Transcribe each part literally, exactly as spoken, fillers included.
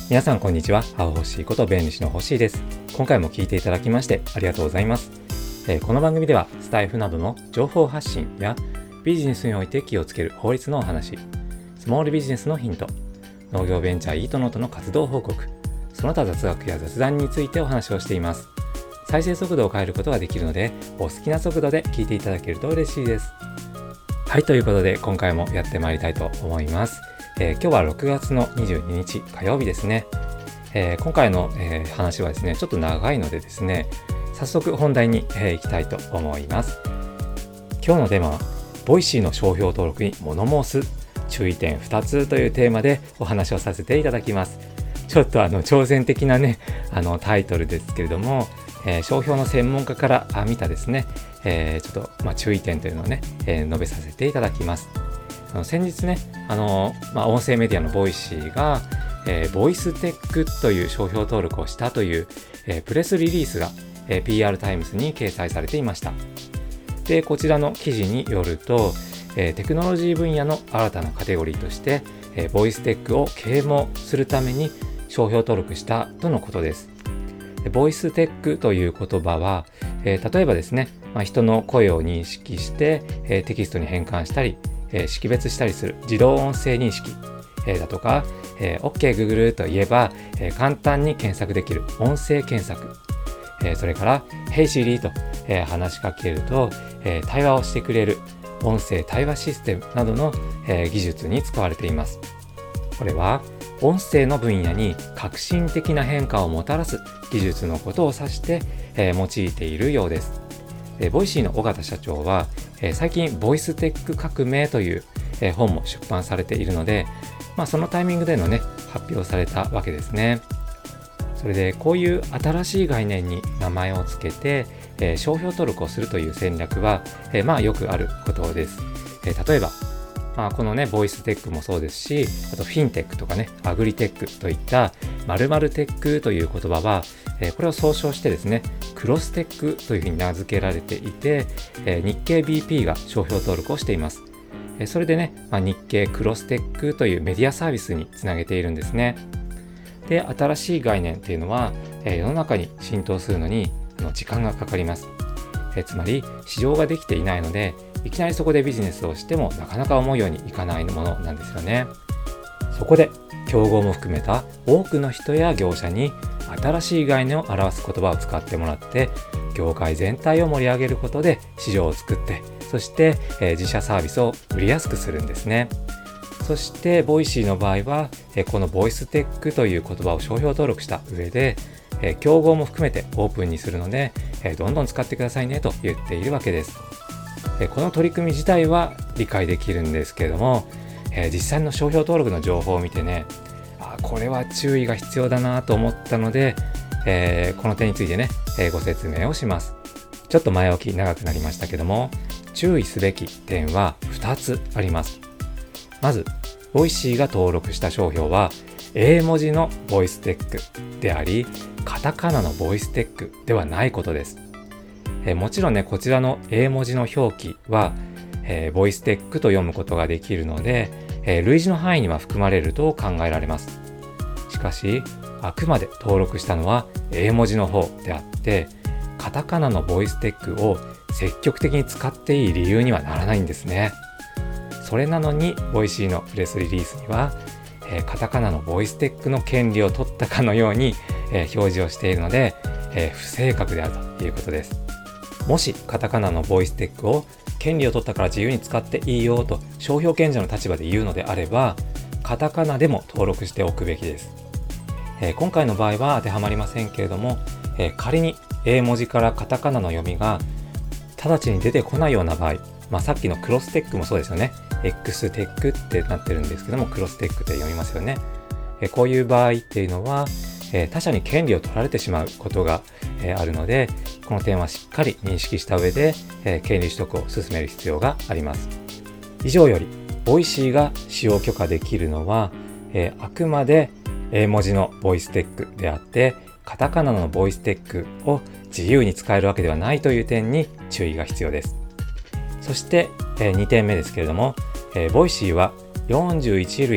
皆さんこんにちは。青欲しいこと弁理士の欲しいです。今回も聞いていただきましてありがとうございます。えー、この番組ではスタイフなどの情報発信やビジネスにおいて気をつける法律のお話、スモールビジネスのヒント、農業ベンチャーイートノートの活動報告、その他雑学や雑談についてお話をしています。再生速度を変えることができるので、お好きな速度で聞いていただけると嬉しいです。はい、ということで今回もやってまいりたいと思います。えー、今日はろくがつのにじゅうににち火曜日ですね。えー、今回の、えー、話はですねちょっと長いのでですね早速本題に、えー、行きたいと思います。今日のテーマはボイシーの商標登録に物申す注意点ふたつというテーマでお話をさせていただきます。ちょっとあの挑戦的なねあのタイトルですけれども、えー、商標の専門家から見たですね、えー、ちょっと、まあ、注意点というのをね、えー、述べさせていただきます。あの先日ねあの、まあ、音声メディアのボイシーが、えー、ボイステックという商標登録をしたという、えー、プレスリリースが、えー、ピーアール タイムズに掲載されていました。でこちらの記事によると、えー、テクノロジー分野の新たなカテゴリーとして、えー、ボイステックを啓蒙するために商標登録したとのことです。ボイステックという言葉は、えー、例えばですね、まあ、人の声を認識して、えー、テキストに変換したり、えー、識別したりする自動音声認識、えー、だとか、えー、OK Google といえば、えー、簡単に検索できる音声検索、えー、それから Hey Siri と、えー、話しかけると、えー、対話をしてくれる音声対話システムなどの、えー、技術に使われています。これは音声の分野に革新的な変化をもたらす技術のことを指して、えー、用いているようです。えー、ボイシーの尾形社長は、えー、最近ボイステック革命という、えー、本も出版されているので、まあ、そのタイミングでのね発表されたわけですね。それでこういう新しい概念に名前をつけて、えー、商標登録をするという戦略は、えー、まあよくあることです。えー、例えばまあ、このねボイステックもそうですし、あとフィンテックとかねアグリテックといった〇〇テックという言葉は、えー、これを総称してですねクロステックというふうに名付けられていて、えー、日経 ビーピー が商標登録をしています。えー、それでね、まあ、日経クロステックというメディアサービスにつなげているんですね。で新しい概念っていうのは、えー、世の中に浸透するのにあの時間がかかります。えー、つまり市場ができていないのでいきなりそこでビジネスをしてもなかなか思うようにいかないものなんですよね。そこで競合も含めた多くの人や業者に新しい概念を表す言葉を使ってもらって業界全体を盛り上げることで市場を作って、そして、えー、自社サービスを売りやすくするんですね。そしてボイシーの場合は、えー、このボイステックという言葉を商標登録した上で、えー、競合も含めてオープンにするので、えー、どんどん使ってくださいねと言っているわけです。この取り組み自体は理解できるんですけれども、えー、実際の商標登録の情報を見てねあこれは注意が必要だなと思ったので、えー、この点についてね、えー、ご説明をします。ちょっと前置き長くなりましたけども注意すべき点はふたつあります。まずボイシーが登録した商標は英文字のボイステックでありカタカナのボイステックではないことです。えー、もちろんねこちらの英文字の表記は、えー、ボイステックと読むことができるので、えー、類似の範囲には含まれると考えられます。しかしあくまで登録したのは英文字の方であってカタカナのボイステックを積極的に使っていい理由にはならないんですね。それなのにボイシーのプレスリリースには、えー、カタカナのボイステックの権利を取ったかのように、えー、表示をしているので、えー、不正確であるということです。もしカタカナのボイステックを権利を取ったから自由に使っていいよと商標権者の立場で言うのであればカタカナでも登録しておくべきです。えー、今回の場合は当てはまりませんけれども、えー、仮に英文字からカタカナの読みが直ちに出てこないような場合、まあ、さっきのクロステックもそうですよね。 X テックってなってるんですけどもクロステックって読みますよね。えー、こういう場合っていうのは、えー、他者に権利を取られてしまうことが、えー、あるのでこの点はしっかり認識した上で、えー、権利取得を進める必要があります。以上よりボイシーが使用許可できるのは、えー、あくまで英文字のボイステックであってカタカナのボイステックを自由に使えるわけではないという点に注意が必要です。そして、えー、にてんめですけれども、えー、ボイシーはよんじゅういちるい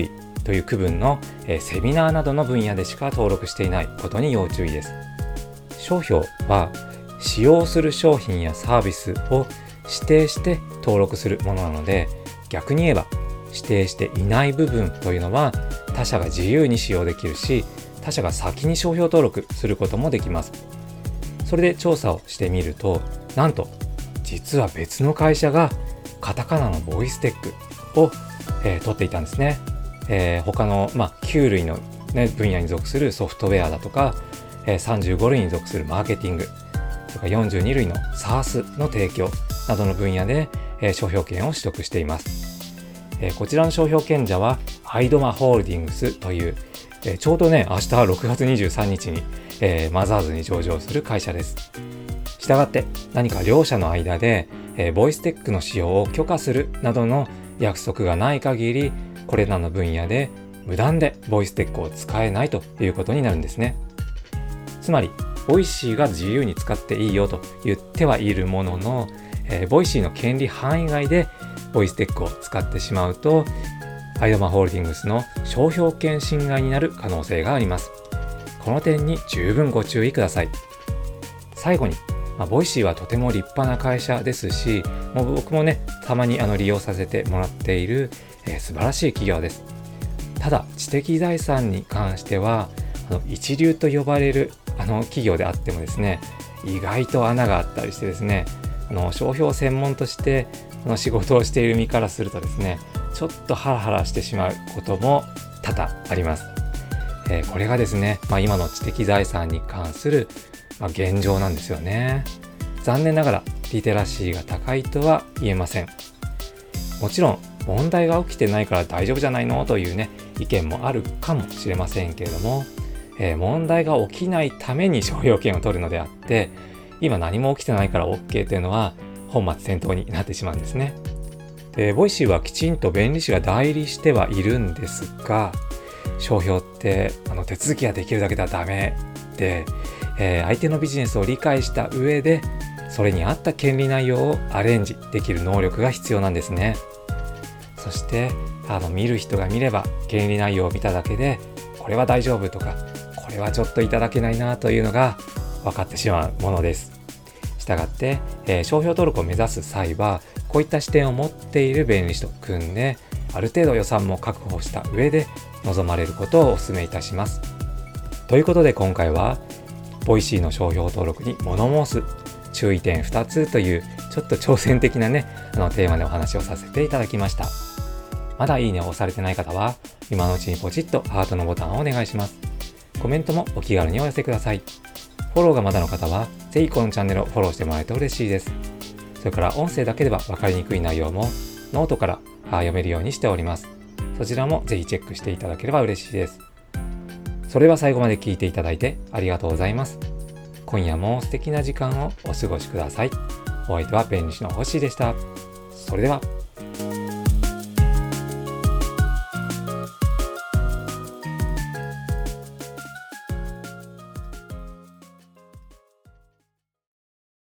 という区分の、えー、セミナーなどの分野でしか登録していないことに要注意です。商標は使用する商品やサービスを指定して登録するものなので、逆に言えば指定していない部分というのは他社が自由に使用できるし、他社が先に商標登録することもできます。それで調査をしてみると、なんと実は別の会社がカタカナのボイステックを、えー、取っていたんですね。えー、他の、まあ、きゅう類の、ね、分野に属するソフトウェアだとか、えー、さんじゅうご類に属するマーケティングとかよんじゅうに類の SaaS の提供などの分野で、えー、商標権を取得しています。えー、こちらの商標権者はアイドマホールディングスという、えー、ちょうどね明日ろくがつにじゅうさんにちに、えー、マザーズに上場する会社です。したがって何か両者の間で、えー、ボイステックの使用を許可するなどの約束がない限り、これらの分野で無断でボイステックを使えないということになるんですね。つまりボイシーが自由に使っていいよと言ってはいるものの、えー、ボイシーの権利範囲外でボイステックを使ってしまうと、アイドマホールディングスの商標権侵害になる可能性があります。この点に十分ご注意ください。最後に、まあ、ボイシーはとても立派な会社ですし、もう僕もねたまにあの利用させてもらっている、えー、素晴らしい企業です。ただ知的財産に関してはあの一流と呼ばれるあの企業であってもですね、意外と穴があったりしてですね、あの商標専門としてあの仕事をしている身からするとですね、ちょっとハラハラしてしまうことも多々あります。えー、これがですね、まあ、今の知的財産に関する、まあ、現状なんですよね。残念ながらリテラシーが高いとは言えません。もちろん問題が起きてないから大丈夫じゃないのというね意見もあるかもしれませんけれども、えー、問題が起きないために商標権を取るのであって、今何も起きてないから OK というのは本末転倒になってしまうんですね。で、ボイシーはきちんと弁理士が代理してはいるんですが、商標ってあの手続きができるだけではダメで、えー、相手のビジネスを理解した上でそれに合った権利内容をアレンジできる能力が必要なんですね。そしてあの見る人が見れば権利内容を見ただけでこれは大丈夫とかこれはちょっといただけないなというのが分かってしまうものです。したがって、えー、商標登録を目指す際はこういった視点を持っている弁理士と組んで、ある程度予算も確保した上で望まれることをお勧めいたします。ということで今回はボイシーの商標登録に物申す注意点ふたつというちょっと挑戦的なねあのテーマでお話をさせていただきました。まだいいねを押されてない方は今のうちにポチッとハートのボタンをお願いします。コメントもお気軽にお寄せください。フォローがまだの方はぜひこのチャンネルをフォローしてもらえると嬉しいです。それから音声だけでは分かりにくい内容もノートから読めるようにしております。そちらもぜひチェックしていただければ嬉しいです。それでは最後まで聞いていただいてありがとうございます。今夜も素敵な時間をお過ごしください。お相手は弁理士の星でした。それでは。